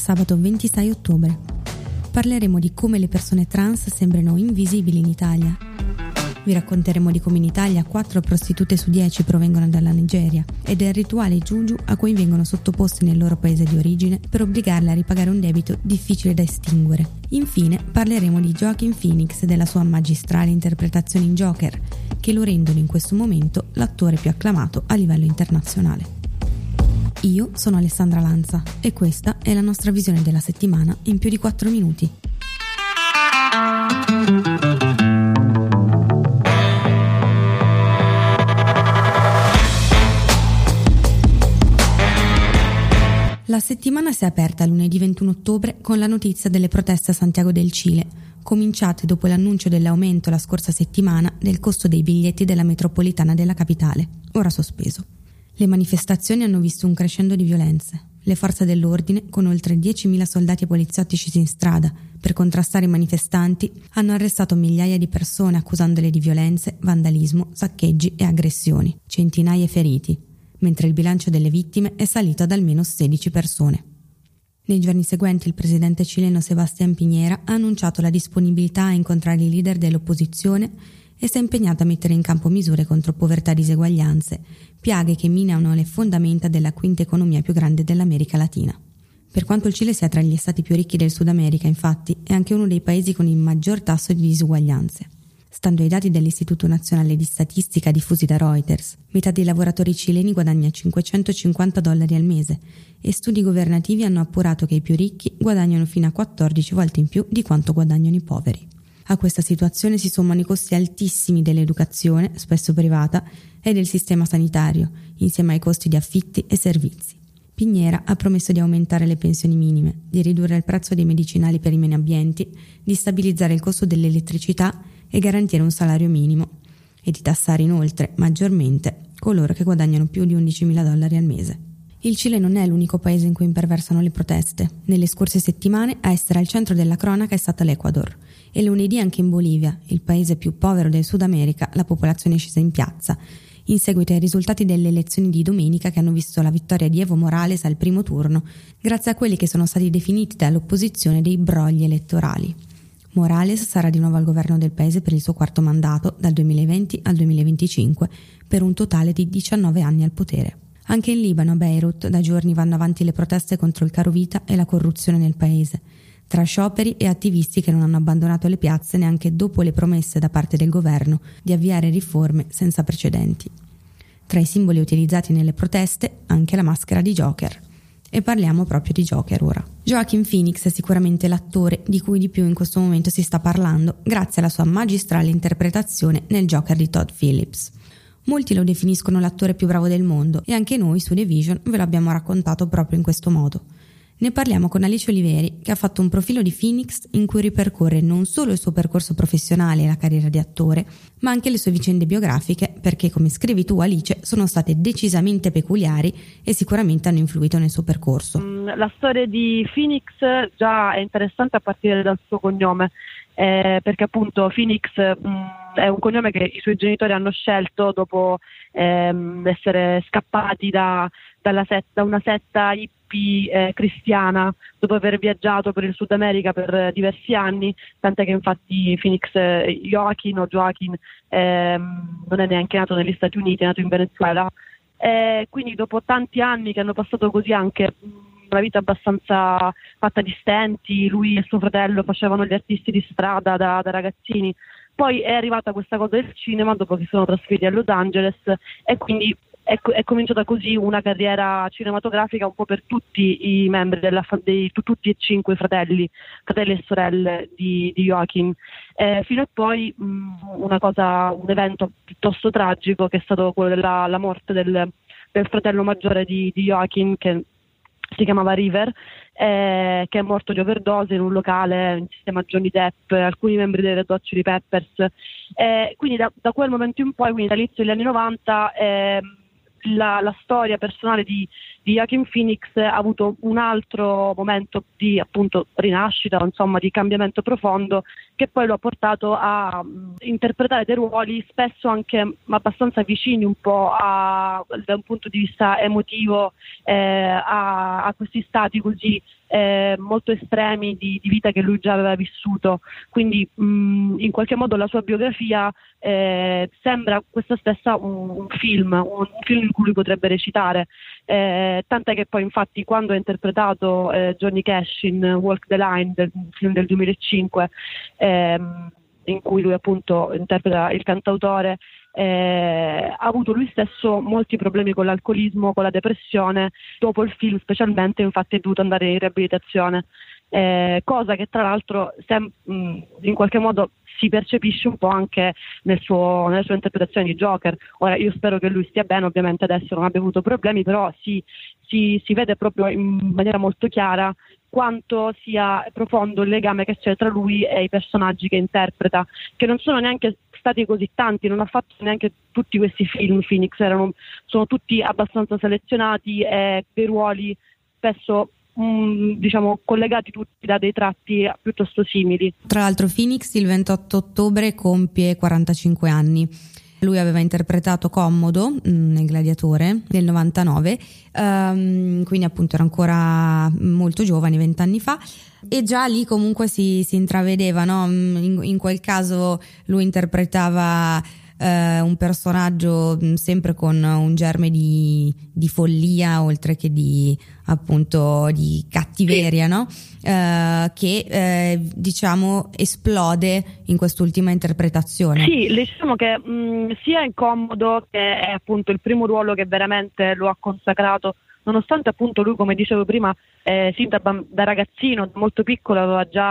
sabato 26 ottobre. Parleremo di come le persone trans sembrano invisibili in Italia. Vi racconteremo di come in Italia 4 prostitute su 10 provengono dalla Nigeria e del rituale Juju a cui vengono sottoposte nel loro paese di origine per obbligarle a ripagare un debito difficile da estinguere. Infine parleremo di Joaquin Phoenix e della sua magistrale interpretazione in Joker, che lo rendono in questo momento l'attore più acclamato a livello internazionale. Io sono Alessandra Lanza e questa è la nostra visione della settimana in più di 4 minuti. La settimana si è aperta lunedì 21 ottobre con la notizia delle proteste a Santiago del Cile, cominciate dopo l'annuncio dell'aumento la scorsa settimana del costo dei biglietti della metropolitana della capitale, ora sospeso. Le manifestazioni hanno visto un crescendo di violenze. Le forze dell'ordine, con oltre 10.000 soldati e poliziotti scesi in strada per contrastare i manifestanti, hanno arrestato migliaia di persone accusandole di violenze, vandalismo, saccheggi e aggressioni, centinaia feriti, mentre il bilancio delle vittime è salito ad almeno 16 persone. Nei giorni seguenti il presidente cileno Sebastián Piñera ha annunciato la disponibilità a incontrare i leader dell'opposizione e si è impegnato a mettere in campo misure contro povertà e diseguaglianze, piaghe che minano le fondamenta della quinta economia più grande dell'America Latina. Per quanto il Cile sia tra gli stati più ricchi del Sud America, infatti, è anche uno dei paesi con il maggior tasso di disuguaglianze. Stando ai dati dell'Istituto Nazionale di Statistica diffusi da Reuters, metà dei lavoratori cileni guadagna $550 al mese e studi governativi hanno appurato che i più ricchi guadagnano fino a 14 volte in più di quanto guadagnano i poveri. A questa situazione si sommano i costi altissimi dell'educazione, spesso privata, e del sistema sanitario, insieme ai costi di affitti e servizi. Piñera ha promesso di aumentare le pensioni minime, di ridurre il prezzo dei medicinali per i meno abbienti, di stabilizzare il costo dell'elettricità e garantire un salario minimo, e di tassare inoltre, maggiormente, coloro che guadagnano più di $11.000 al mese. Il Cile non è l'unico paese in cui imperversano le proteste. Nelle scorse settimane a essere al centro della cronaca è stata l'Ecuador, e lunedì anche in Bolivia, il paese più povero del Sud America, la popolazione è scesa in piazza, in seguito ai risultati delle elezioni di domenica che hanno visto la vittoria di Evo Morales al primo turno, grazie a quelli che sono stati definiti dall'opposizione dei brogli elettorali. Morales sarà di nuovo al governo del paese per il suo quarto mandato, dal 2020 al 2025, per un totale di 19 anni al potere. Anche in Libano, a Beirut, da giorni vanno avanti le proteste contro il caro vita e la corruzione nel paese, tra scioperi e attivisti che non hanno abbandonato le piazze neanche dopo le promesse da parte del governo di avviare riforme senza precedenti. Tra i simboli utilizzati nelle proteste, anche la maschera di Joker. E parliamo proprio di Joker ora. Joaquin Phoenix è sicuramente l'attore di cui di più in questo momento si sta parlando, grazie alla sua magistrale interpretazione nel Joker di Todd Phillips. Molti lo definiscono l'attore più bravo del mondo e anche noi su The Vision ve l'abbiamo raccontato proprio in questo modo. Ne parliamo con Alice Oliveri, che ha fatto un profilo di Phoenix in cui ripercorre non solo il suo percorso professionale e la carriera di attore, ma anche le sue vicende biografiche, perché, come scrivi tu Alice, sono state decisamente peculiari e sicuramente hanno influito nel suo percorso. La storia di Phoenix già è interessante a partire dal suo cognome, perché appunto Phoenix è un cognome che i suoi genitori hanno scelto dopo essere scappati da una setta hippie cristiana, dopo aver viaggiato per il Sud America per diversi anni, tant'è che infatti Phoenix Joaquin non è neanche nato negli Stati Uniti, è nato in Venezuela, quindi dopo tanti anni che hanno passato così anche una vita abbastanza fatta di stenti, lui e suo fratello facevano gli artisti di strada da ragazzini. Poi è arrivata questa cosa del cinema dopo che sono trasferiti a Los Angeles e quindi è cominciata così una carriera cinematografica un po' per tutti i membri tutti e 5 fratelli e sorelle di Joaquin, fino a poi un evento piuttosto tragico che è stato quello della morte del fratello maggiore di Joaquin, che si chiamava River, che è morto di overdose in un locale insieme a Johnny Depp, alcuni membri dei Red Hot Chili Peppers, quindi da quel momento in poi, quindi dall'inizio degli anni 90, la storia personale di Joaquin Phoenix ha avuto un altro momento di appunto rinascita, insomma di cambiamento profondo, che poi lo ha portato a interpretare dei ruoli spesso anche abbastanza vicini un po' da un punto di vista emotivo a questi stati così molto estremi di vita che lui già aveva vissuto, quindi in qualche modo la sua biografia sembra questa stessa un film in cui lui potrebbe recitare, tant'è che poi infatti quando ha interpretato Johnny Cash in Walk the Line, del film del 2005, in cui lui appunto interpreta il cantautore, ha avuto lui stesso molti problemi con l'alcolismo, con la depressione. Dopo il film specialmente infatti è dovuto andare in riabilitazione, cosa che tra l'altro in qualche modo si percepisce un po' anche nella sua interpretazione di Joker. Ora io spero che lui stia bene, ovviamente adesso non abbia avuto problemi, però si vede proprio in maniera molto chiara quanto sia profondo il legame che c'è tra lui e i personaggi che interpreta, che non sono neanche stati così tanti, non ha fatto neanche tutti questi film Phoenix, sono tutti abbastanza selezionati e dei ruoli spesso diciamo collegati tutti da dei tratti piuttosto simili. Tra l'altro Phoenix il 28 ottobre compie 45 anni. Lui aveva interpretato Commodo nel Gladiatore del 99, quindi appunto era ancora molto giovane, 20 anni fa, e già lì comunque si intravedeva, no? In quel caso lui interpretava un personaggio sempre con un germe di follia, oltre che di cattiveria, no? Che diciamo esplode in quest'ultima interpretazione. Sì, diciamo che sia in Commodo, che è appunto il primo ruolo che veramente lo ha consacrato, nonostante appunto lui, come dicevo prima, sin da ragazzino, da molto piccolo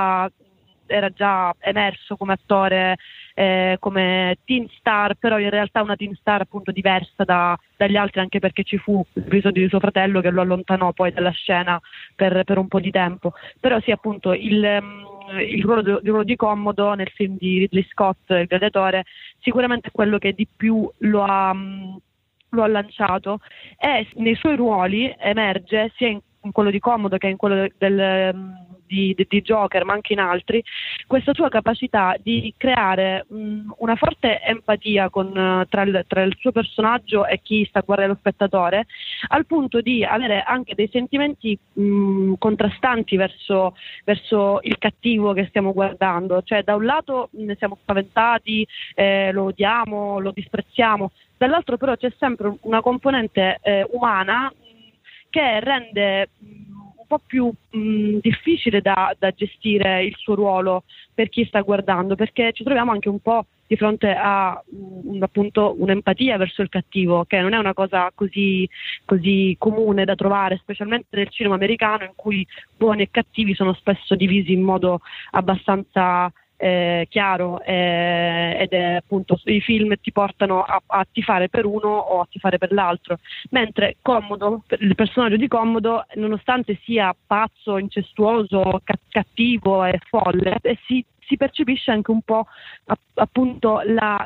era già emerso come attore, come teen star, però in realtà una teen star appunto diversa dagli altri, anche perché ci fu l'episodio di suo fratello che lo allontanò poi dalla scena per un po' di tempo. Però sì, appunto il ruolo di Commodo nel film di Ridley Scott, Il Gladiatore, sicuramente è quello che di più lo ha lanciato, e nei suoi ruoli emerge sia in quello di Commodo che in quello di Joker, ma anche in altri, questa sua capacità di creare una forte empatia tra il suo personaggio e chi sta guardando, lo spettatore, al punto di avere anche dei sentimenti contrastanti verso il cattivo che stiamo guardando. Cioè, da un lato ne siamo spaventati, lo odiamo, lo disprezziamo, dall'altro però c'è sempre una componente umana che rende un po' più difficile da gestire il suo ruolo per chi sta guardando, perché ci troviamo anche un po' di fronte a appunto un'empatia verso il cattivo, che non è una cosa così comune da trovare, specialmente nel cinema americano, in cui buoni e cattivi sono spesso divisi in modo abbastanza chiaro, ed è appunto i film ti portano a tifare per uno o a tifare per l'altro, mentre Commodo, il personaggio di Commodo, nonostante sia pazzo, incestuoso, cattivo e folle, si percepisce anche un po' appunto la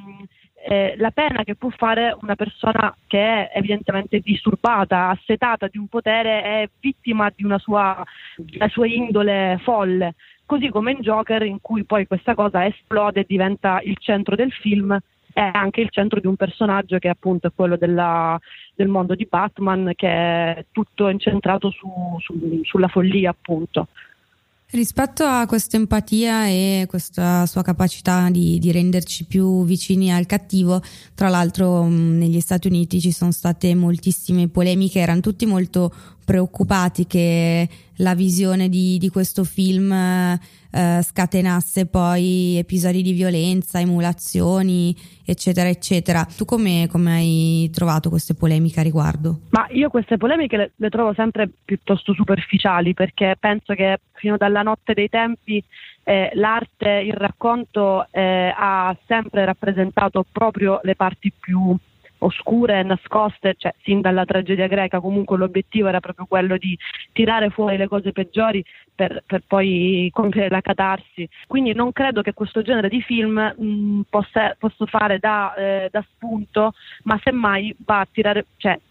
pena che può fare una persona che è evidentemente disturbata, assetata di un potere, è vittima di la sua indole folle. Così come in Joker, in cui poi questa cosa esplode e diventa il centro del film, è anche il centro di un personaggio che appunto è quello del mondo di Batman, che è tutto incentrato sulla follia, appunto. Rispetto a questa empatia e questa sua capacità di renderci più vicini al cattivo, tra l'altro negli Stati Uniti ci sono state moltissime polemiche, erano tutti molto preoccupati che la visione di questo film scatenasse poi episodi di violenza, emulazioni, eccetera eccetera. Tu come hai trovato queste polemiche a riguardo? Ma io queste polemiche le trovo sempre piuttosto superficiali, perché penso che fino dalla notte dei tempi l'arte, il racconto ha sempre rappresentato proprio le parti più oscure e nascoste, cioè sin dalla tragedia greca comunque l'obiettivo era proprio quello di tirare fuori le cose peggiori per poi compiere la catarsi. Quindi non credo che questo genere di film possa fare da spunto, ma semmai va a tirare, cioè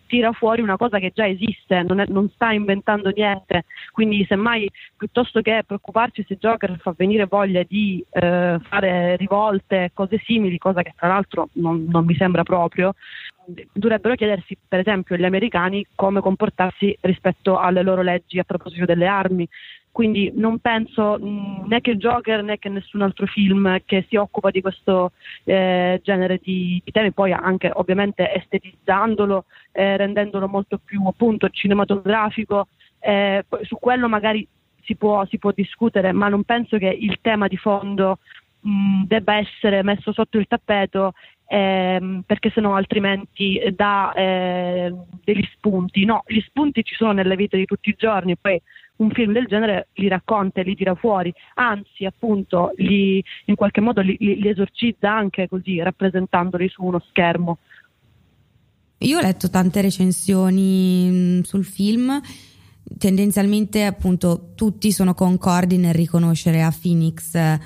tira fuori una cosa che già esiste, non sta inventando niente, quindi semmai piuttosto che preoccuparci se Joker fa venire voglia di fare rivolte, cose simili, cosa che tra l'altro non mi sembra proprio, dovrebbero chiedersi per esempio gli americani come comportarsi rispetto alle loro leggi a proposito delle armi. Quindi non penso né che Joker né che nessun altro film che si occupa di questo genere di temi, poi anche ovviamente estetizzandolo, rendendolo molto più appunto cinematografico, su quello magari si può discutere, ma non penso che il tema di fondo debba essere messo sotto il tappeto, perché sennò altrimenti dà degli spunti. No, gli spunti ci sono nella vita di tutti i giorni, poi un film del genere li racconta e li tira fuori, anzi appunto in qualche modo li esorcizza anche così, rappresentandoli su uno schermo. Io ho letto tante recensioni sul film, tendenzialmente appunto tutti sono concordi nel riconoscere a Phoenix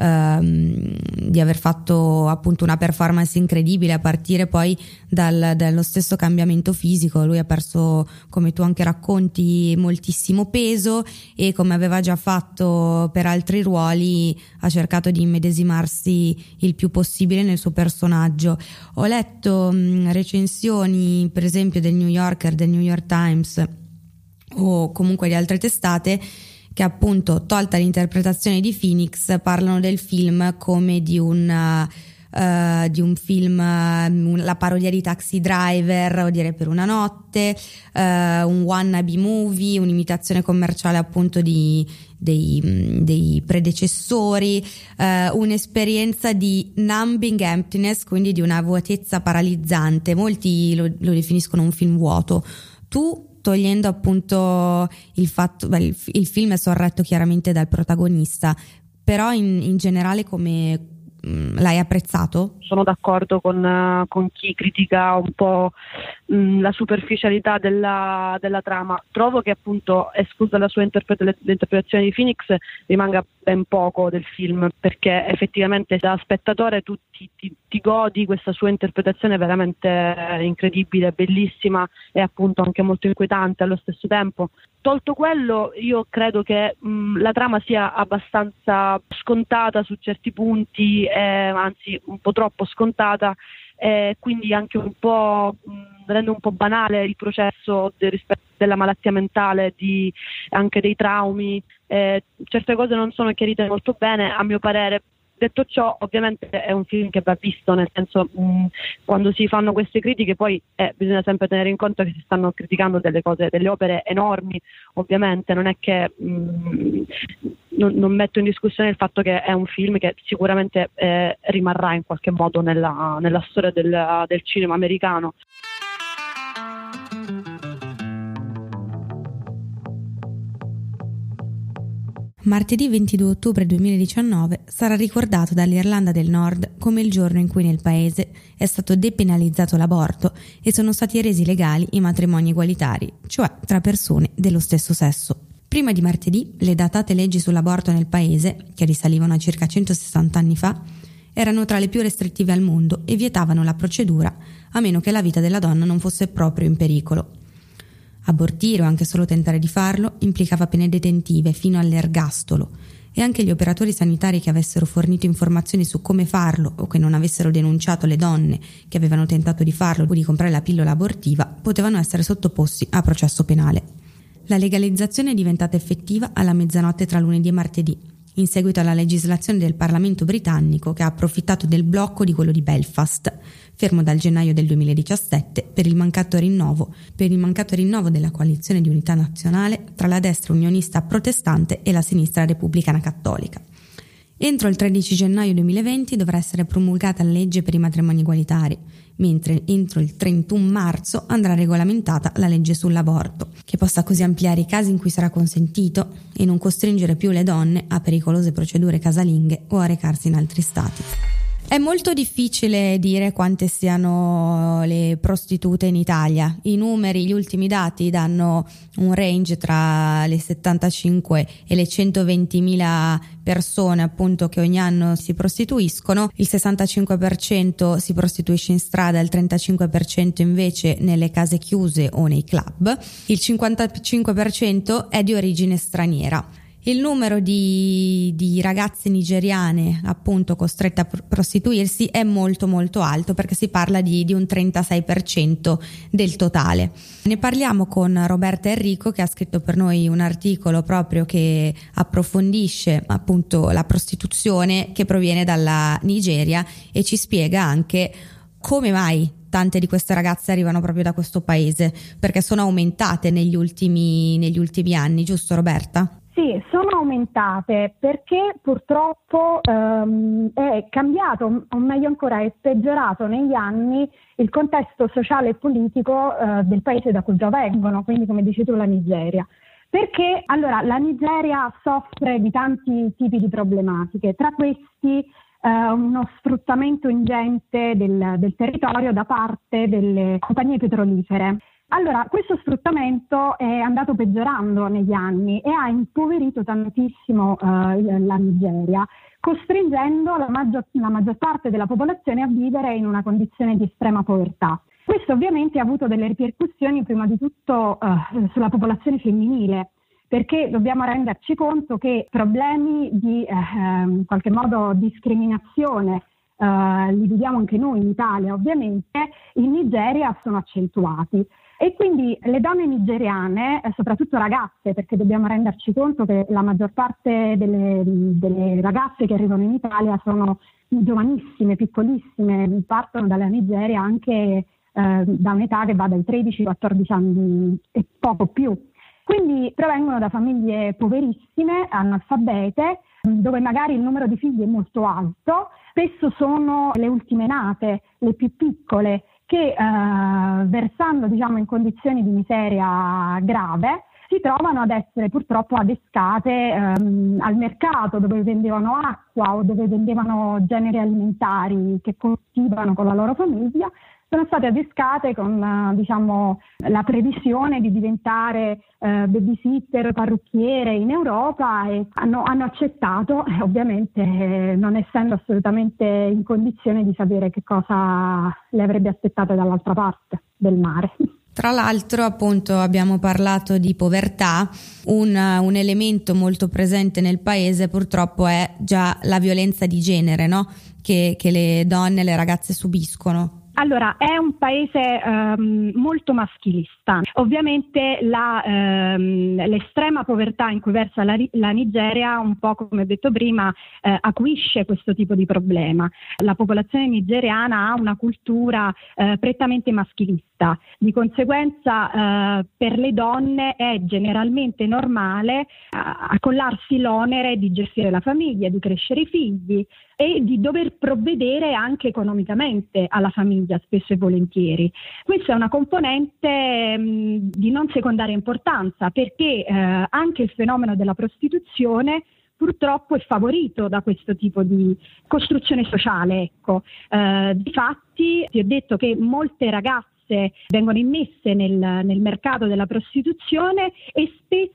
di aver fatto appunto una performance incredibile, a partire poi dallo stesso cambiamento fisico. Lui ha perso, come tu anche racconti, moltissimo peso, e come aveva già fatto per altri ruoli ha cercato di immedesimarsi il più possibile nel suo personaggio. Ho letto recensioni per esempio del New Yorker, del New York Times o comunque di altre testate che appunto, tolta l'interpretazione di Phoenix, parlano del film come di un film, la parodia di Taxi Driver o Dire per una notte, un wannabe movie, un'imitazione commerciale appunto dei predecessori, un'esperienza di numbing emptiness, quindi di una vuotezza paralizzante. Molti lo definiscono un film vuoto. Tu, togliendo appunto il fatto, il film è sorretto chiaramente dal protagonista, però in generale come l'hai apprezzato? Sono d'accordo con chi critica un po' la superficialità della trama. Trovo che appunto, esclusa la sua l'interpretazione di Phoenix, rimanga ben poco del film, perché effettivamente da spettatore tu ti godi questa sua interpretazione veramente incredibile, bellissima e appunto anche molto inquietante allo stesso tempo. Tolto quello, io credo che la trama sia abbastanza scontata su certi punti, anzi un po' troppo scontata, quindi anche un po' rende un po' banale il processo rispetto della malattia mentale, anche dei traumi. Certe cose non sono chiarite molto bene, a mio parere. Detto ciò, ovviamente è un film che va visto, nel senso, quando si fanno queste critiche poi bisogna sempre tenere in conto che si stanno criticando delle cose, delle opere enormi. Ovviamente non è che non metto in discussione il fatto che è un film che sicuramente rimarrà in qualche modo nella storia del cinema americano. Martedì 22 ottobre 2019 sarà ricordato dall'Irlanda del Nord come il giorno in cui nel paese è stato depenalizzato l'aborto e sono stati resi legali i matrimoni egualitari, cioè tra persone dello stesso sesso. Prima di martedì, le datate leggi sull'aborto nel paese, che risalivano a circa 160 anni fa, erano tra le più restrittive al mondo e vietavano la procedura a meno che la vita della donna non fosse proprio in pericolo. Abortire o anche solo tentare di farlo implicava pene detentive fino all'ergastolo, e anche gli operatori sanitari che avessero fornito informazioni su come farlo o che non avessero denunciato le donne che avevano tentato di farlo o di comprare la pillola abortiva potevano essere sottoposti a processo penale. La legalizzazione è diventata effettiva alla mezzanotte tra lunedì e martedì, in seguito alla legislazione del Parlamento britannico che ha approfittato del blocco di quello di Belfast, fermo dal gennaio del 2017 per il mancato rinnovo della coalizione di unità nazionale tra la destra unionista protestante e la sinistra repubblicana cattolica. Entro il 13 gennaio 2020 dovrà essere promulgata la legge per i matrimoni egualitari, mentre entro il 31 marzo andrà regolamentata la legge sull'aborto, che possa così ampliare i casi in cui sarà consentito e non costringere più le donne a pericolose procedure casalinghe o a recarsi in altri stati. È molto difficile dire quante siano le prostitute in Italia. I numeri, gli ultimi dati danno un range tra le 75 e le 120.000 persone appunto che ogni anno si prostituiscono. Il 65% si prostituisce in strada, il 35% invece nelle case chiuse o nei club. Il 55% è di origine straniera. Il numero di ragazze nigeriane appunto costrette a prostituirsi è molto molto alto, perché si parla di un 36% del totale. Ne parliamo con Roberta Enrico, che ha scritto per noi un articolo proprio che approfondisce appunto la prostituzione che proviene dalla Nigeria e ci spiega anche come mai tante di queste ragazze arrivano proprio da questo paese, perché sono aumentate negli ultimi anni, giusto Roberta? Sì, sono aumentate perché purtroppo è cambiato, o meglio ancora è peggiorato negli anni il contesto sociale e politico del paese da cui provengono, quindi come dici tu la Nigeria. Perché allora la Nigeria soffre di tanti tipi di problematiche, tra questi uno sfruttamento ingente del territorio da parte delle compagnie petrolifere. Allora, questo sfruttamento è andato peggiorando negli anni e ha impoverito tantissimo la Nigeria, costringendo la maggior parte della popolazione a vivere in una condizione di estrema povertà. Questo ovviamente ha avuto delle ripercussioni prima di tutto sulla popolazione femminile, perché dobbiamo renderci conto che problemi di in qualche modo discriminazione li viviamo anche noi in Italia, ovviamente in Nigeria sono accentuati. E quindi le donne nigeriane, soprattutto ragazze, perché dobbiamo renderci conto che la maggior parte delle ragazze che arrivano in Italia sono giovanissime, piccolissime, partono dalla Nigeria anche da un'età che va dai 13-14 anni e poco più. Quindi provengono da famiglie poverissime, analfabete, dove magari il numero di figli è molto alto, spesso sono le ultime nate, le più piccole, che versando in condizioni di miseria grave si trovano ad essere purtroppo adescate al mercato, dove vendevano acqua o dove vendevano generi alimentari che coltivano con la loro famiglia. Sono state adescate con la previsione di diventare babysitter, parrucchiere in Europa, e hanno accettato, ovviamente non essendo assolutamente in condizione di sapere che cosa le avrebbe aspettate dall'altra parte del mare. Tra l'altro, appunto, abbiamo parlato di povertà, un elemento molto presente nel paese purtroppo è già la violenza di genere, no? Che le donne, le ragazze subiscono. Allora, è un paese molto maschilista. Ovviamente l'estrema povertà in cui versa la Nigeria, un po' come ho detto prima, acuisce questo tipo di problema. La popolazione nigeriana ha una cultura prettamente maschilista. Di conseguenza per le donne è generalmente normale accollarsi l'onere di gestire la famiglia, di crescere i figli e di dover provvedere anche economicamente alla famiglia, spesso e volentieri. Questa è una componente di non secondaria importanza, perché anche il fenomeno della prostituzione purtroppo è favorito da questo tipo di costruzione sociale. Ecco. Difatti ti ho detto che molte ragazze vengono immesse nel mercato della prostituzione e spesso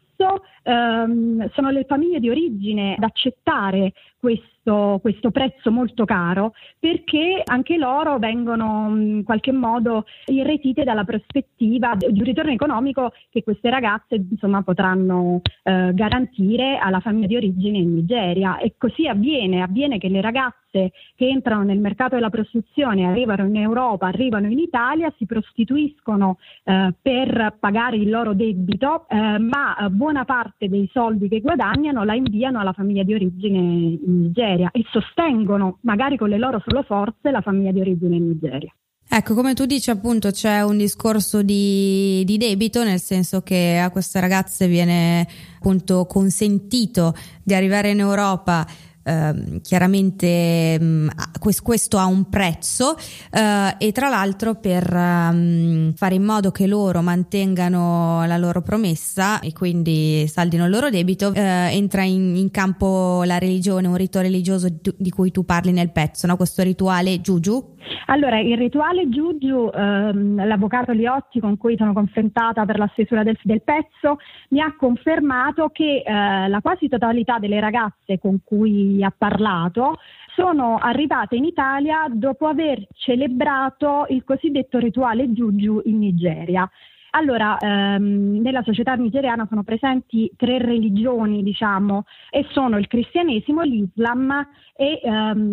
sono le famiglie di origine ad accettare questo prezzo molto caro, perché anche loro vengono in qualche modo irretite dalla prospettiva di un ritorno economico che queste ragazze potranno garantire alla famiglia di origine in Nigeria. E così avviene che le ragazze che entrano nel mercato della prostituzione, arrivano in Europa, arrivano in Italia, si prostituiscono per pagare il loro debito, ma buona parte dei soldi che guadagnano la inviano alla famiglia di origine in Nigeria e sostengono, magari con le loro solo forze, la famiglia di origine in Nigeria. Ecco, come tu dici, appunto, c'è un discorso di debito, nel senso che a queste ragazze viene appunto consentito di arrivare in Europa chiaramente questo ha un prezzo, e tra l'altro per fare in modo che loro mantengano la loro promessa e quindi saldino il loro debito, entra in campo la religione, un rito religioso di cui tu parli nel pezzo, no? Questo rituale Juju. Allora, il rituale Juju, l'avvocato Liotti con cui sono confrontata per la stesura del pezzo mi ha confermato che la quasi totalità delle ragazze con cui ha parlato sono arrivate in Italia dopo aver celebrato il cosiddetto rituale Juju in Nigeria. Allora, nella società nigeriana sono presenti 3 religioni, diciamo, e sono il cristianesimo, l'Islam e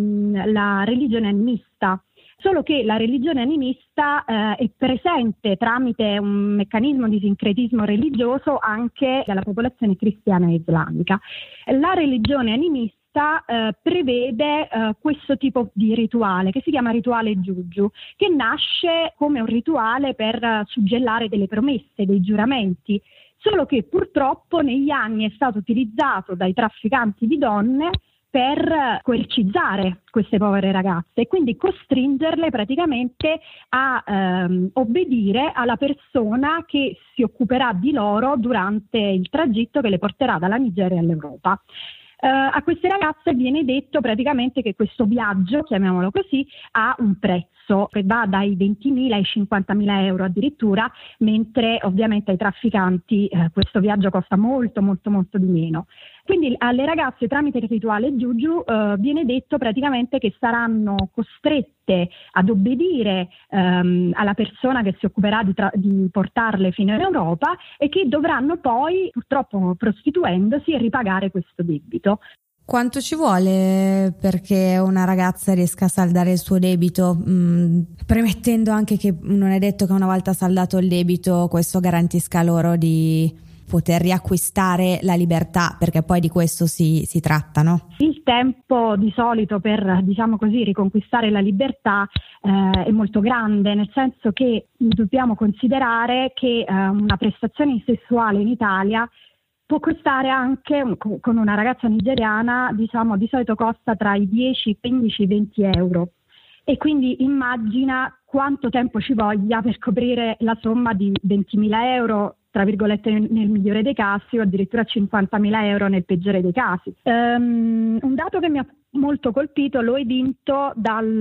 la religione animista. Solo che la religione animista è presente tramite un meccanismo di sincretismo religioso anche dalla popolazione cristiana e islamica. La religione animista prevede questo tipo di rituale che si chiama rituale Juju, che nasce come un rituale per suggellare delle promesse, dei giuramenti, solo che purtroppo negli anni è stato utilizzato dai trafficanti di donne per coercizzare queste povere ragazze e quindi costringerle praticamente a obbedire alla persona che si occuperà di loro durante il tragitto che le porterà dalla Nigeria all'Europa. A queste ragazze viene detto praticamente che questo viaggio, chiamiamolo così, ha un prezzo che va dai 20.000 ai 50.000 euro addirittura, mentre ovviamente ai trafficanti questo viaggio costa molto molto molto di meno. Quindi alle ragazze tramite il rituale Juju viene detto praticamente che saranno costrette ad obbedire alla persona che si occuperà di portarle fino in Europa e che dovranno poi, purtroppo prostituendosi, ripagare questo debito. Quanto ci vuole perché una ragazza riesca a saldare il suo debito, premettendo anche che non è detto che una volta saldato il debito questo garantisca loro di poter riacquistare la libertà, perché poi di questo si tratta, no? Il tempo di solito per, diciamo così, riconquistare la libertà è molto grande, nel senso che dobbiamo considerare che una prestazione sessuale in Italia può costare anche, con una ragazza nigeriana, diciamo, di solito costa tra i 10, 15, 20 euro. E quindi immagina quanto tempo ci voglia per coprire la somma di 20.000 euro, tra virgolette, nel migliore dei casi, o addirittura 50.000 euro nel peggiore dei casi. Un dato che mi ha molto colpito l'ho evinto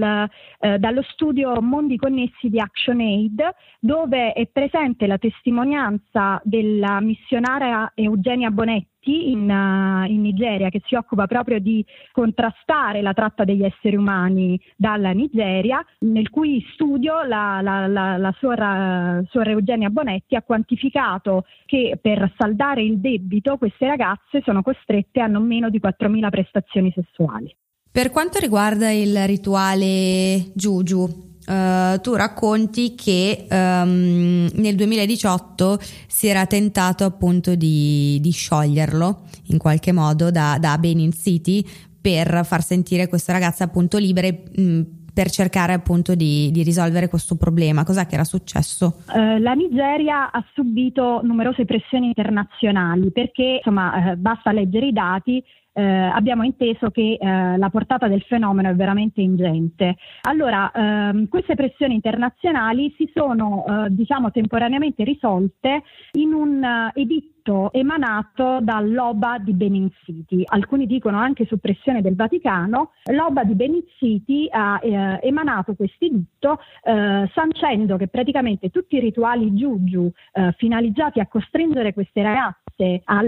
dallo studio Mondi Connessi di ActionAid, dove è presente la testimonianza della missionaria Eugenia Bonetti in Nigeria, che si occupa proprio di contrastare la tratta degli esseri umani dalla Nigeria, nel cui studio la suora Eugenia Bonetti ha quantificato che per saldare il debito queste ragazze sono costrette a non meno di 4.000 prestazioni sessuali. Per quanto riguarda il rituale Juju, tu racconti che nel 2018 si era tentato appunto di scioglierlo in qualche modo da Benin City per far sentire queste ragazze appunto libere, per cercare appunto di risolvere questo problema. Cos'è che era successo? La Nigeria ha subito numerose pressioni internazionali perché, insomma, basta leggere i dati. Abbiamo inteso che la portata del fenomeno è veramente ingente. Allora, queste pressioni internazionali si sono, diciamo, temporaneamente risolte in un editto emanato dall'Oba di Benin City. Alcuni dicono anche su pressione del Vaticano. L'Oba di Benin City ha emanato questo editto sancendo che praticamente tutti i rituali Juju finalizzati a costringere queste ragazze e a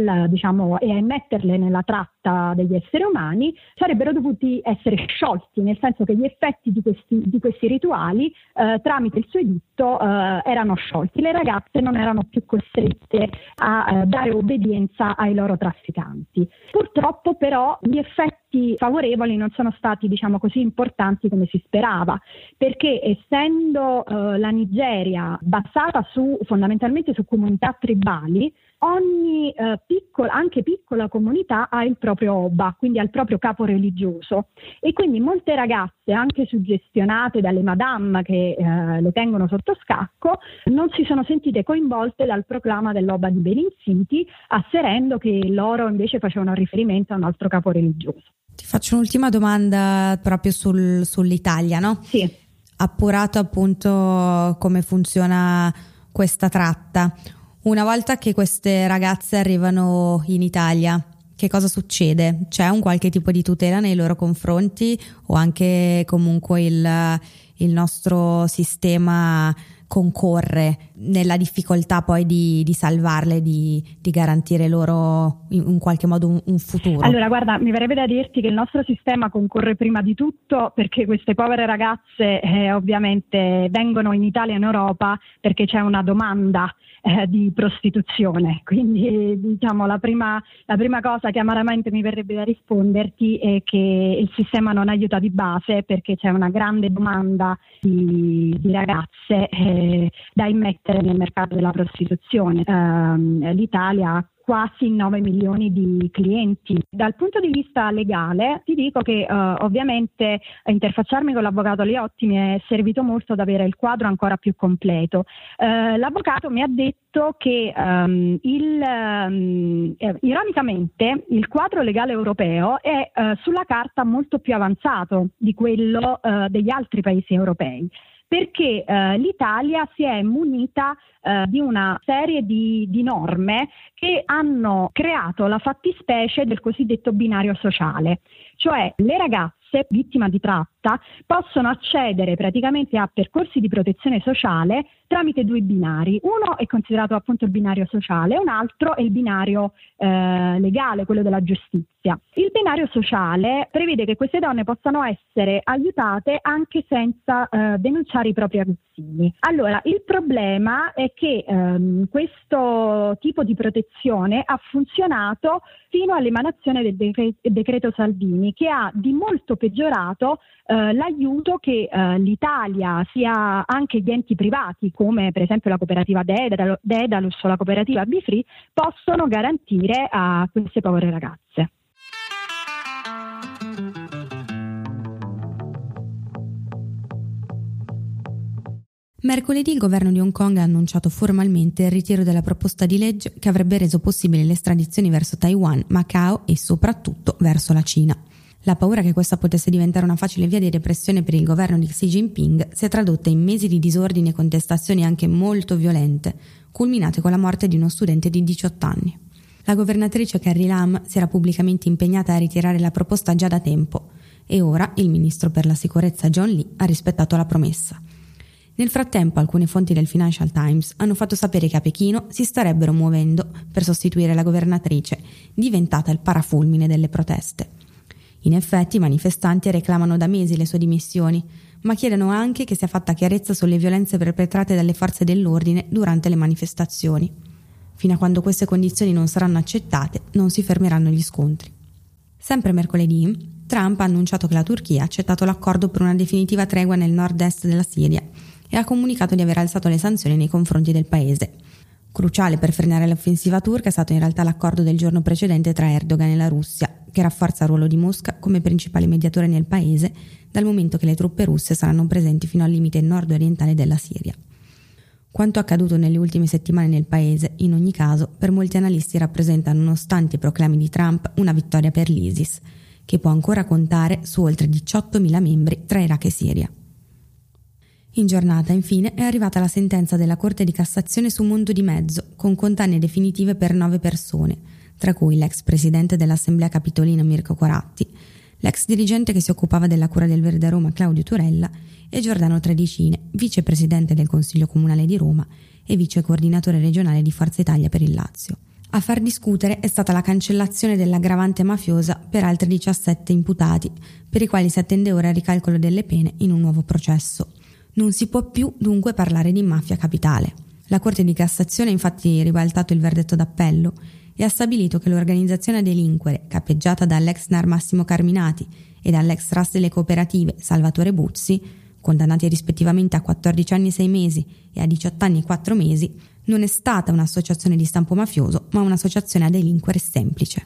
immetterle nella tratta degli esseri umani sarebbero dovuti essere sciolti, nel senso che gli effetti di questi rituali tramite il suo editto erano sciolti. Le ragazze non erano più costrette a dare obbedienza ai loro trafficanti. Purtroppo però gli effetti favorevoli non sono stati, diciamo così, importanti come si sperava, perché essendo la Nigeria basata fondamentalmente su comunità tribali, ogni anche piccola comunità ha il proprio Oba, quindi ha il proprio capo religioso, e quindi molte ragazze, anche suggestionate dalle madame che le tengono sotto scacco, non si sono sentite coinvolte dal proclama dell'Oba di Benin City, asserendo che loro invece facevano riferimento a un altro capo religioso. Ti faccio un'ultima domanda proprio sull'Italia, no? Sì. Appurato appunto come funziona questa tratta, una volta che queste ragazze arrivano in Italia, che cosa succede? C'è un qualche tipo di tutela nei loro confronti o anche comunque il nostro sistema concorre nella difficoltà poi di salvarle, di garantire loro in qualche modo un futuro? Allora, guarda, mi verrebbe da dirti che il nostro sistema concorre prima di tutto perché queste povere ragazze ovviamente vengono in Italia e in Europa perché c'è una domanda di prostituzione, quindi diciamo la prima cosa che amaramente mi verrebbe da risponderti è che il sistema non aiuta di base perché c'è una grande domanda di ragazze da immettere nel mercato della prostituzione. L'Italia ha quasi 9 milioni di clienti. Dal punto di vista legale ti dico che ovviamente interfacciarmi con l'avvocato Liotti mi è servito molto ad avere il quadro ancora più completo. L'avvocato mi ha detto che ironicamente il quadro legale europeo è sulla carta molto più avanzato di quello degli altri paesi europei, perché l'Italia si è munita di una serie di norme che hanno creato la fattispecie del cosiddetto binario sociale, cioè le ragazze vittime di tratta possono accedere praticamente a percorsi di protezione sociale tramite due binari. Uno è considerato appunto il binario sociale, un altro è il binario legale, quello della giustizia. Il binario sociale prevede che queste donne possano essere aiutate anche senza denunciare i propri aguzzini. Allora, il problema è che questo tipo di protezione ha funzionato fino all'emanazione del decreto Salvini, che ha di molto peggiorato l'aiuto che l'Italia, sia anche gli enti privati come per esempio la cooperativa Dedalus o la cooperativa Befree, possono garantire a queste povere ragazze. Mercoledì il governo di Hong Kong ha annunciato formalmente il ritiro della proposta di legge che avrebbe reso possibile le estradizioni verso Taiwan, Macao e soprattutto verso la Cina. La paura che questa potesse diventare una facile via di repressione per il governo di Xi Jinping si è tradotta in mesi di disordini e contestazioni anche molto violente, culminate con la morte di uno studente di 18 anni. La governatrice Carrie Lam si era pubblicamente impegnata a ritirare la proposta già da tempo e ora il ministro per la sicurezza John Lee ha rispettato la promessa. Nel frattempo alcune fonti del Financial Times hanno fatto sapere che a Pechino si starebbero muovendo per sostituire la governatrice, diventata il parafulmine delle proteste. In effetti i manifestanti reclamano da mesi le sue dimissioni, ma chiedono anche che sia fatta chiarezza sulle violenze perpetrate dalle forze dell'ordine durante le manifestazioni. Fino a quando queste condizioni non saranno accettate, non si fermeranno gli scontri. Sempre mercoledì, Trump ha annunciato che la Turchia ha accettato l'accordo per una definitiva tregua nel nord-est della Siria e ha comunicato di aver alzato le sanzioni nei confronti del paese. Cruciale per frenare l'offensiva turca è stato in realtà l'accordo del giorno precedente tra Erdogan e la Russia, che rafforza il ruolo di Mosca come principale mediatore nel paese, dal momento che le truppe russe saranno presenti fino al limite nord-orientale della Siria. Quanto accaduto nelle ultime settimane nel paese, in ogni caso, per molti analisti rappresenta, nonostante i proclami di Trump, una vittoria per l'ISIS, che può ancora contare su oltre 18.000 membri tra Iraq e Siria. In giornata, infine, è arrivata la sentenza della Corte di Cassazione su Mondo di Mezzo, con condanne definitive per 9 persone, tra cui l'ex presidente dell'Assemblea Capitolina Mirko Coratti, l'ex dirigente che si occupava della cura del Verde a Roma Claudio Turella e Giordano Tredicine, vicepresidente del Consiglio Comunale di Roma e vice coordinatore regionale di Forza Italia per il Lazio. A far discutere è stata la cancellazione dell'aggravante mafiosa per altri 17 imputati, per i quali si attende ora il ricalcolo delle pene in un nuovo processo. Non si può più dunque parlare di mafia capitale. La Corte di Cassazione ha infatti ribaltato il verdetto d'appello e ha stabilito che l'organizzazione a delinquere, capeggiata dall'ex NAR Massimo Carminati e dall'ex RAS delle cooperative Salvatore Buzzi, condannati rispettivamente a 14 anni e 6 mesi e a 18 anni e 4 mesi, non è stata un'associazione di stampo mafioso, ma un'associazione a delinquere semplice.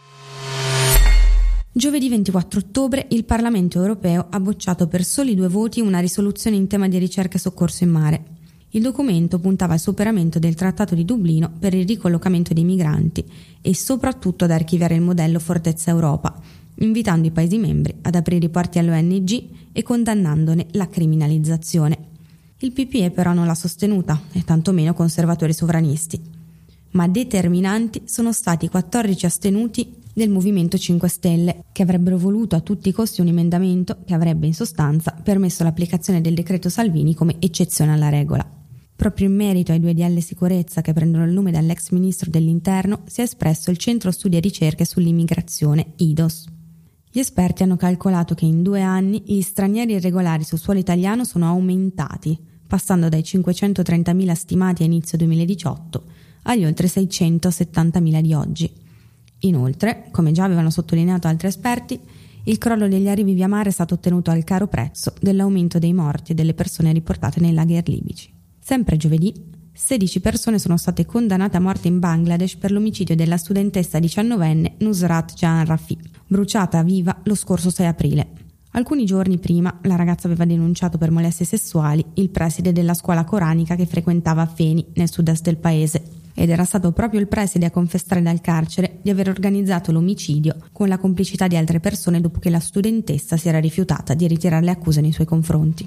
Giovedì 24 ottobre il Parlamento europeo ha bocciato per soli 2 voti una risoluzione in tema di ricerca e soccorso in mare. Il documento puntava al superamento del Trattato di Dublino per il ricollocamento dei migranti e soprattutto ad archiviare il modello Fortezza Europa, invitando i Paesi membri ad aprire i porti alle ONG e condannandone la criminalizzazione. Il PPE però non l'ha sostenuta, e tantomeno conservatori sovranisti. Ma determinanti sono stati i 14 astenuti del Movimento 5 Stelle, che avrebbero voluto a tutti i costi un emendamento che avrebbe in sostanza permesso l'applicazione del decreto Salvini come eccezione alla regola. Proprio in merito ai 2 DL sicurezza che prendono il nome dall'ex ministro dell'Interno si è espresso il Centro Studi e Ricerche sull'Immigrazione, IDOS. Gli esperti hanno calcolato che in 2 anni gli stranieri irregolari sul suolo italiano sono aumentati, passando dai 530.000 stimati a inizio 2018 agli oltre 670.000 di oggi. Inoltre, come già avevano sottolineato altri esperti, il crollo degli arrivi via mare è stato ottenuto al caro prezzo dell'aumento dei morti e delle persone riportate nei lager libici. Sempre giovedì, 16 persone sono state condannate a morte in Bangladesh per l'omicidio della studentessa 19enne Nusrat Jahan Rafi, bruciata viva lo scorso 6 aprile. Alcuni giorni prima la ragazza aveva denunciato per molestie sessuali il preside della scuola coranica che frequentava a Feni, nel sud-est del paese, ed era stato proprio il preside a confessare dal carcere di aver organizzato l'omicidio con la complicità di altre persone dopo che la studentessa si era rifiutata di ritirare le accuse nei suoi confronti.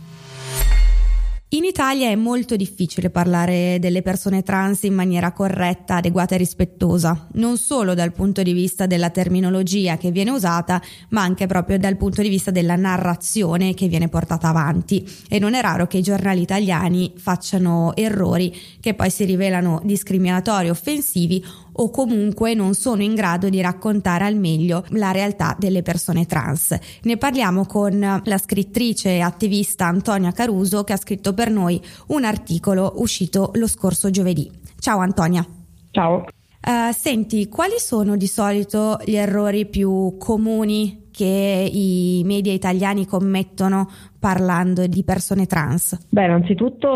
In Italia è molto difficile parlare delle persone trans in maniera corretta, adeguata e rispettosa, non solo dal punto di vista della terminologia che viene usata, ma anche proprio dal punto di vista della narrazione che viene portata avanti. E non è raro che i giornali italiani facciano errori che poi si rivelano discriminatori, offensivi o comunque non sono in grado di raccontare al meglio la realtà delle persone trans. Ne parliamo con la scrittrice e attivista Antonia Caruso, che ha scritto per noi un articolo uscito lo scorso giovedì. Ciao Antonia. Ciao. Senti, quali sono di solito gli errori più comuni che i media italiani commettono parlando di persone trans? Beh, innanzitutto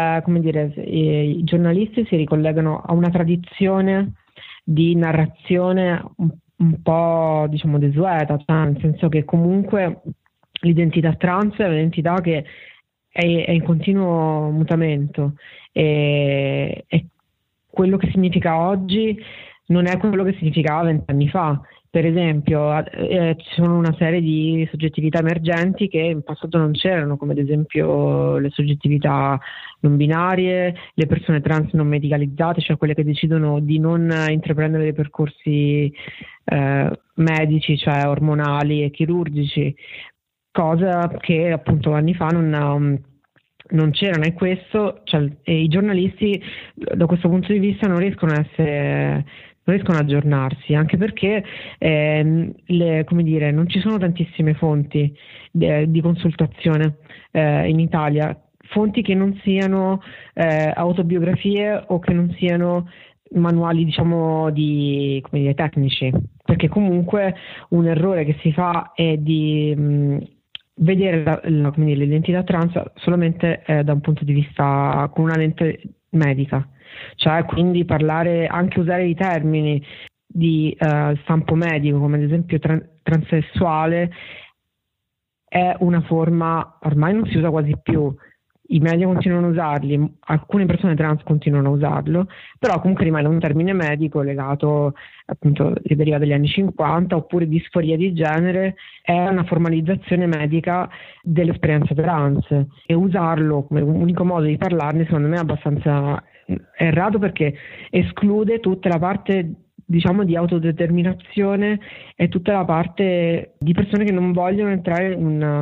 i giornalisti si ricollegano a una tradizione di narrazione un po', desueta, nel senso che comunque l'identità trans è un'identità che è in continuo mutamento e quello che significa oggi non è quello che significava 20 anni fa. Per esempio, ci sono una serie di soggettività emergenti che in passato non c'erano, come ad esempio le soggettività non binarie, le persone trans non medicalizzate, cioè quelle che decidono di non intraprendere dei percorsi medici, cioè ormonali e chirurgici, cosa che appunto anni fa non c'erano, e questo, e i giornalisti da questo punto di vista non riescono a aggiornarsi, anche perché non ci sono tantissime fonti di consultazione in Italia, fonti che non siano autobiografie o che non siano manuali tecnici, perché comunque un errore che si fa è di vedere l'identità trans solamente da un punto di vista con una lente medica, cioè quindi usare i termini di stampo medico, come ad esempio transessuale, è una forma, ormai non si usa quasi più. I media continuano a usarli, alcune persone trans continuano a usarlo, però comunque rimane un termine medico legato, appunto, che deriva dagli anni 50, oppure disforia di genere è una formalizzazione medica dell'esperienza trans, e usarlo come unico modo di parlarne secondo me è abbastanza errato, perché esclude tutta la parte di autodeterminazione e tutta la parte di persone che non vogliono entrare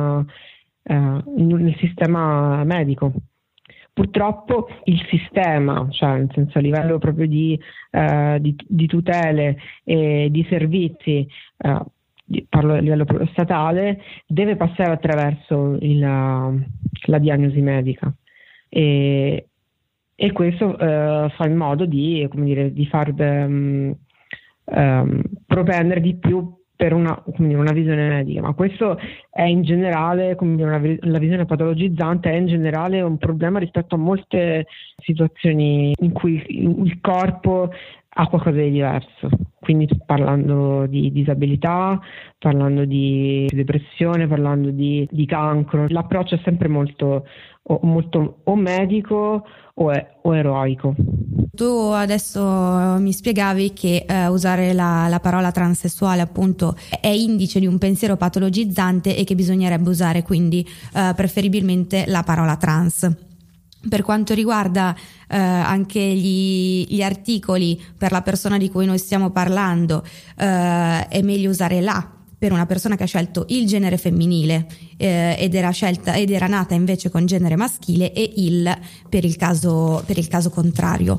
nel sistema medico. Purtroppo il sistema, cioè nel senso a livello proprio di tutele e di servizi, parlo a livello statale, deve passare attraverso la diagnosi medica, e questo fa in modo di far propendere di più per una visione medica, ma questo è in generale, la visione patologizzante è in generale un problema rispetto a molte situazioni in cui il corpo ha qualcosa di diverso. Quindi parlando di disabilità, parlando di depressione, parlando di cancro, l'approccio è sempre molto o medico o eroico. Tu adesso mi spiegavi che usare la parola transessuale appunto è indice di un pensiero patologizzante e che bisognerebbe usare quindi preferibilmente la parola trans. Per quanto riguarda anche gli articoli per la persona di cui noi stiamo parlando, è meglio usare la per una persona che ha scelto il genere femminile ed era nata invece con genere maschile, e il per il caso contrario.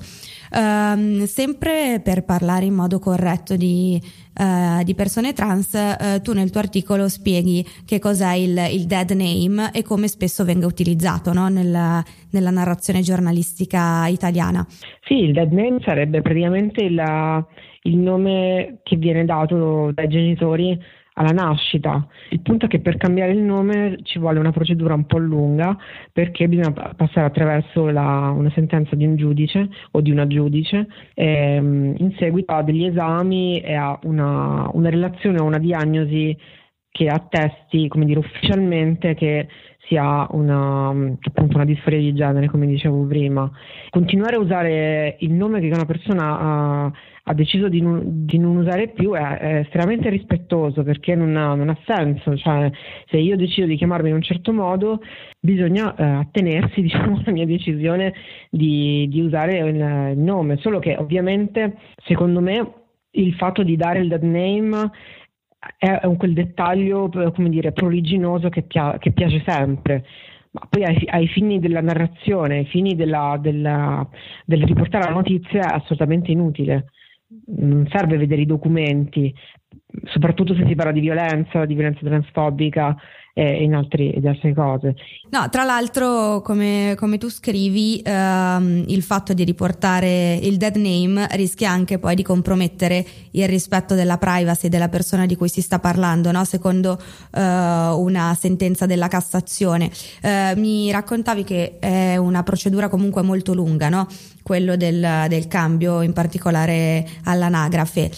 Sempre per parlare in modo corretto di persone trans, tu nel tuo articolo spieghi che cos'è il dead name e come spesso venga utilizzato, no? nella narrazione giornalistica italiana. Sì, il dead name sarebbe praticamente il nome che viene dato dai genitori alla nascita. Il punto è che per cambiare il nome ci vuole una procedura un po' lunga, perché bisogna passare attraverso una sentenza di un giudice o di una giudice, in seguito a degli esami e a una relazione o una diagnosi che attesti, come dire, ufficialmente che sia appunto una disforia di genere, come dicevo prima. Continuare a usare il nome che una persona ha deciso di non usare più è estremamente rispettoso, perché non ha senso. Cioè, se io decido di chiamarmi in un certo modo, bisogna attenersi, diciamo, alla mia decisione di usare il nome. Solo che ovviamente, secondo me, il fatto di dare il dead name è quel dettaglio, come dire, proliginoso che piace sempre, ma poi ai fini della narrazione, ai fini del riportare la notizia è assolutamente inutile. Non serve vedere i documenti, soprattutto se si parla di violenza transfobica e in altre cose. No, tra l'altro, come tu scrivi, il fatto di riportare il dead name rischia anche poi di compromettere il rispetto della privacy della persona di cui si sta parlando, no? Secondo una sentenza della Cassazione. Mi raccontavi che è una procedura comunque molto lunga, no? Quello del cambio, in particolare all'anagrafe.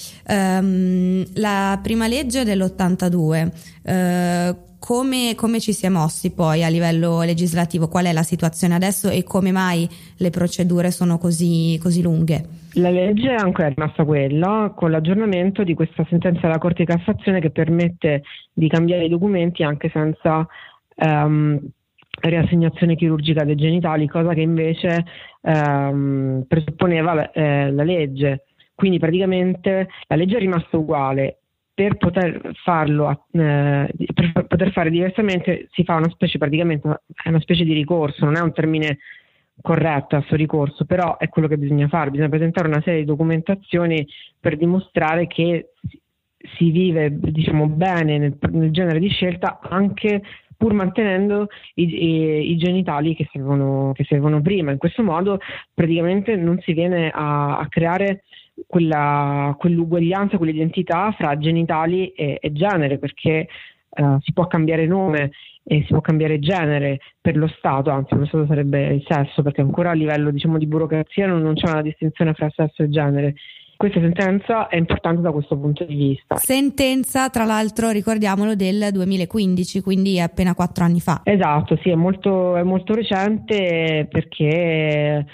La prima legge dell'82, come ci si è mossi poi a livello legislativo? Qual è la situazione adesso e come mai le procedure sono così lunghe? La legge è ancora rimasta quella, con l'aggiornamento di questa sentenza della Corte di Cassazione che permette di cambiare i documenti anche senza riassegnazione chirurgica dei genitali, cosa che invece presupponeva la legge. Quindi praticamente la legge è rimasta uguale. Per poter farlo, per poter fare diversamente, si fa una specie di ricorso. Non è un termine corretto questo ricorso, però è quello che bisogna fare. Bisogna presentare una serie di documentazioni per dimostrare che si vive, diciamo, bene nel genere di scelta, anche pur mantenendo i genitali che servono prima. In questo modo praticamente non si viene a creare quell'uguaglianza, quell'identità fra genitali e genere, perché si può cambiare nome e si può cambiare genere per lo Stato, anzi lo Stato sarebbe il sesso, perché ancora a livello, diciamo, di burocrazia non c'è una distinzione fra sesso e genere. Questa sentenza è importante da questo punto di vista. Sentenza, tra l'altro, ricordiamolo, del 2015, quindi appena 4 anni fa. Esatto, sì, è molto recente, perché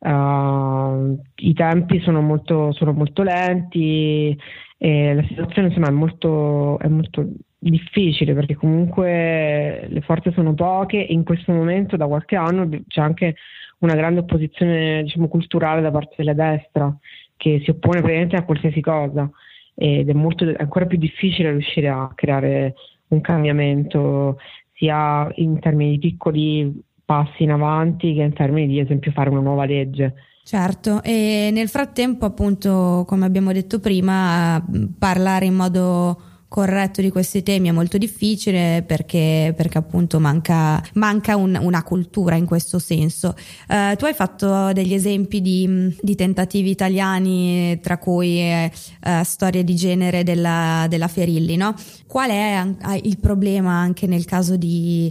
i tempi sono molto lenti e la situazione, insomma, è molto difficile, perché comunque le forze sono poche e in questo momento da qualche anno c'è anche una grande opposizione, diciamo, culturale da parte della destra, che si oppone praticamente a qualsiasi cosa, ed è ancora più difficile riuscire a creare un cambiamento, sia in termini di piccoli passi in avanti che in termini di, ad esempio, fare una nuova legge. Certo, e nel frattempo, appunto, come abbiamo detto prima, parlare in modo corretto di questi temi è molto difficile, perché appunto manca una cultura in questo senso. Tu hai fatto degli esempi di tentativi italiani, tra cui Storie di genere della Ferilli, no? Qual è il problema anche nel caso di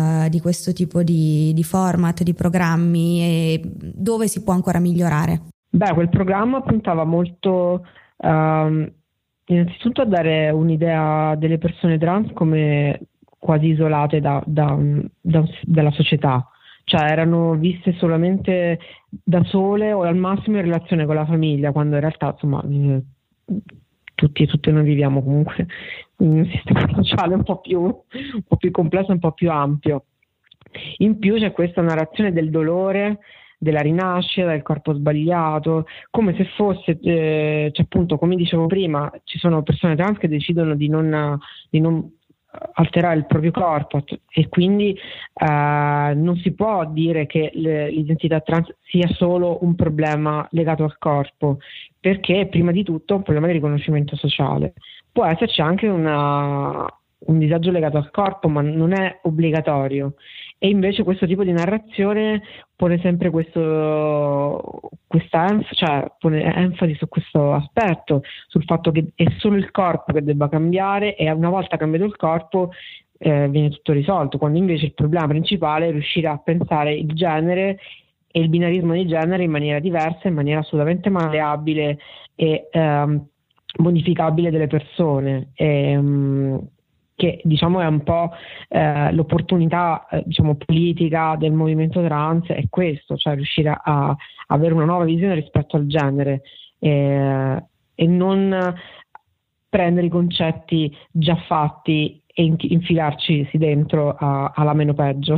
questo tipo di format, di programmi, e dove si può ancora migliorare? Quel programma puntava molto innanzitutto a dare un'idea delle persone trans come quasi isolate dalla società, cioè erano viste solamente da sole o al massimo in relazione con la famiglia, quando in realtà insomma tutti e tutte noi viviamo comunque in un sistema sociale un po' più complesso, un po' più ampio. In più c'è questa narrazione del dolore, della rinascita, del corpo sbagliato, come se fosse, cioè appunto, come dicevo prima, ci sono persone trans che decidono di non alterare il proprio corpo e quindi non si può dire che l'identità trans sia solo un problema legato al corpo, perché prima di tutto è un problema di riconoscimento sociale. Può esserci anche un disagio legato al corpo, ma non è obbligatorio. E invece questo tipo di narrazione pone sempre pone enfasi su questo aspetto, sul fatto che è solo il corpo che debba cambiare e una volta cambiato il corpo viene tutto risolto, quando invece il problema principale è riuscire a pensare il genere e il binarismo di genere in maniera diversa, in maniera assolutamente malleabile e modificabile delle persone. Che diciamo è un po' l'opportunità politica del movimento trans è questo, cioè riuscire a avere una nuova visione rispetto al genere e non prendere i concetti già fatti e infilarci dentro alla meno peggio.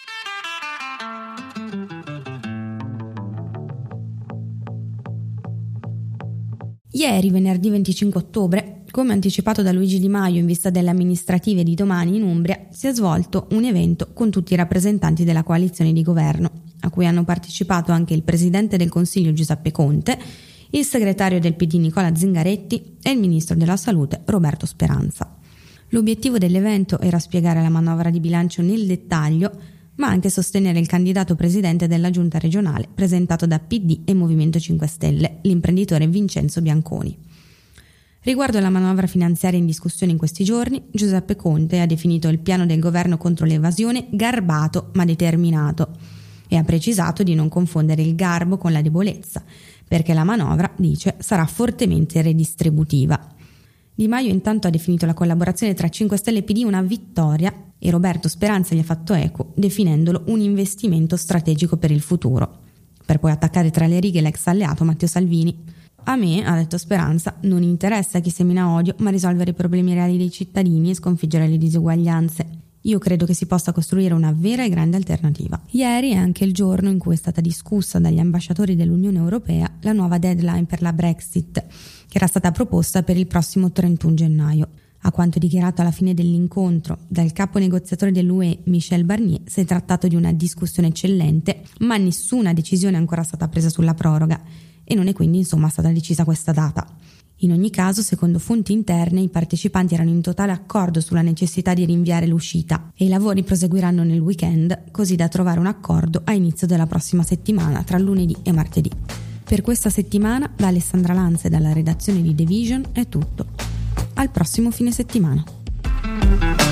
Ieri, venerdì 25 ottobre, come anticipato da Luigi Di Maio in vista delle amministrative di domani in Umbria, si è svolto un evento con tutti i rappresentanti della coalizione di governo, a cui hanno partecipato anche il Presidente del Consiglio Giuseppe Conte, il segretario del PD Nicola Zingaretti e il Ministro della Salute Roberto Speranza. L'obiettivo dell'evento era spiegare la manovra di bilancio nel dettaglio, ma anche sostenere il candidato presidente della giunta regionale presentato da PD e Movimento 5 Stelle, l'imprenditore Vincenzo Bianconi. Riguardo alla manovra finanziaria in discussione in questi giorni, Giuseppe Conte ha definito il piano del governo contro l'evasione garbato ma determinato e ha precisato di non confondere il garbo con la debolezza, perché la manovra, dice, sarà fortemente redistributiva. Di Maio intanto ha definito la collaborazione tra 5 Stelle e PD una vittoria e Roberto Speranza gli ha fatto eco, definendolo un investimento strategico per il futuro, per poi attaccare tra le righe l'ex alleato Matteo Salvini. A me, ha detto Speranza, non interessa chi semina odio, ma risolvere i problemi reali dei cittadini e sconfiggere le disuguaglianze. Io credo che si possa costruire una vera e grande alternativa. Ieri è anche il giorno in cui è stata discussa dagli ambasciatori dell'Unione Europea la nuova deadline per la Brexit, che era stata proposta per il prossimo 31 gennaio. A quanto dichiarato alla fine dell'incontro dal capo negoziatore dell'UE Michel Barnier, si è trattato di una discussione eccellente, ma nessuna decisione è ancora stata presa sulla proroga e non è quindi stata decisa questa data. In ogni caso, secondo fonti interne, i partecipanti erano in totale accordo sulla necessità di rinviare l'uscita e i lavori proseguiranno nel weekend, così da trovare un accordo a inizio della prossima settimana, tra lunedì e martedì. Per questa settimana, da Alessandra Lanza e dalla redazione di The Vision è tutto. Al prossimo fine settimana.